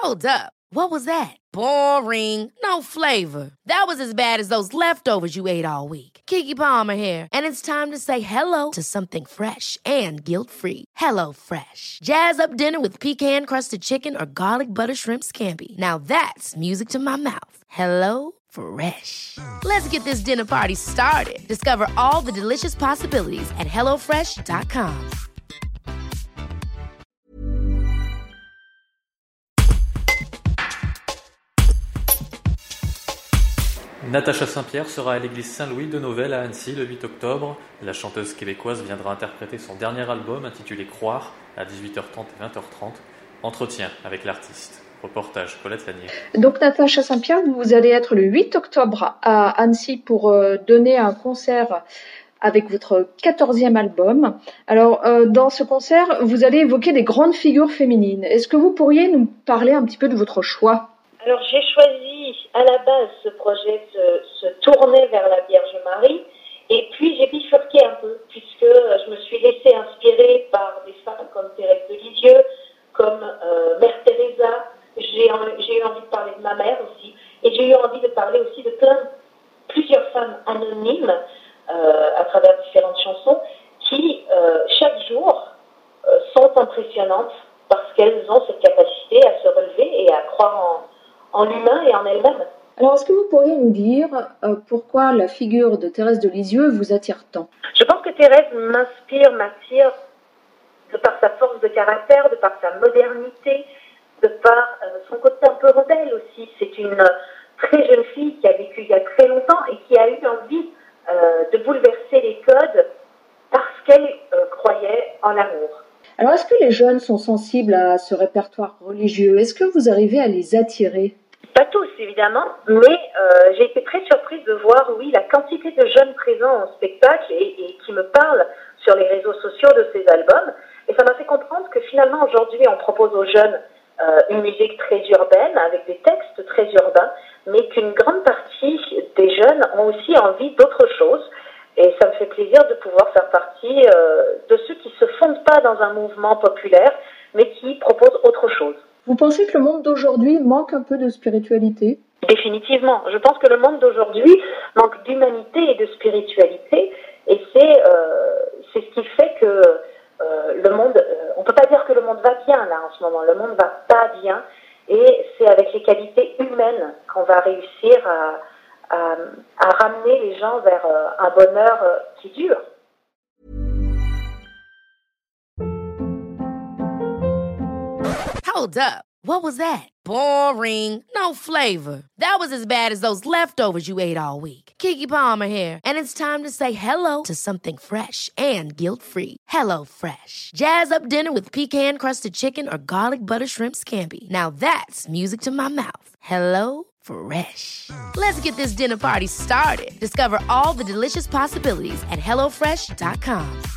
Hold up. What was that? Boring. No flavor. That was as bad as those leftovers you ate all week. Keke Palmer here, and it's time to say hello to something fresh and guilt-free. Hello Fresh. Jazz up dinner with pecan-crusted chicken or garlic butter shrimp scampi. Now that's music to my mouth. Hello Fresh. Let's get this dinner party started. Discover all the delicious possibilities at hellofresh.com. Natacha Saint-Pierre sera à l'église Saint-Louis de Novelle à Annecy le 8 octobre. La chanteuse québécoise viendra interpréter son dernier album intitulé Croire à 18h30 et 20h30. Entretien avec l'artiste. Reportage Colette Lanier. Donc Natacha Saint-Pierre, vous allez être le 8 octobre à Annecy pour donner un concert avec votre 14e album. Alors dans ce concert, vous allez évoquer des grandes figures féminines. Est-ce que vous pourriez nous parler un petit peu de votre choix ? Alors j'ai choisi à la base ce projet se tourner vers la Vierge Marie, et puis j'ai bifurqué un peu puisque je me suis laissée inspirer par des femmes comme Thérèse de Lisieux, comme Mère Teresa. J'ai eu envie de parler de ma mère aussi, et j'ai eu envie de parler aussi de plusieurs femmes anonymes à travers différentes chansons qui chaque jour sont impressionnantes parce qu'elles ont cette capacité à se relever et à croire en l'humain et en elles-mêmes. Alors, est-ce que vous pourriez nous dire pourquoi la figure de Thérèse de Lisieux vous attire tant ? Je pense que Thérèse m'attire de par sa force de caractère, de par sa modernité, de par son côté un peu rebelle aussi. C'est une très jeune fille qui a vécu il y a très longtemps et qui a eu envie de bouleverser les codes parce qu'elle croyait en l'amour. Alors, est-ce que les jeunes sont sensibles à ce répertoire religieux ? Est-ce que vous arrivez à les attirer ? Pas tous, évidemment, mais j'ai été très surprise de voir, oui, la quantité de jeunes présents en spectacle et qui me parlent sur les réseaux sociaux de ces albums. Et ça m'a fait comprendre que finalement, aujourd'hui, on propose aux jeunes une musique très urbaine, avec des textes très urbains, mais qu'une grande partie des jeunes ont aussi envie d'autre chose. Et ça me fait plaisir de pouvoir faire partie de ceux qui ne se fondent pas dans un mouvement populaire, mais qui proposent autre chose. Vous pensez que le monde d'aujourd'hui manque un peu de spiritualité ? Définitivement. Je pense que le monde d'aujourd'hui manque d'humanité et de spiritualité, et c'est ce qui fait que le monde, on peut pas dire que le monde va bien là en ce moment, le monde va pas bien, et c'est avec les qualités humaines qu'on va réussir à ramener les gens vers un bonheur qui dure. Hold up. What was that? Boring. No flavor. That was as bad as those leftovers you ate all week. Keke Palmer here, and it's time to say hello to something fresh and guilt-free. Hello Fresh. Jazz up dinner with pecan-crusted chicken or garlic butter shrimp scampi. Now that's music to my mouth. Hello Fresh. Let's get this dinner party started. Discover all the delicious possibilities at hellofresh.com.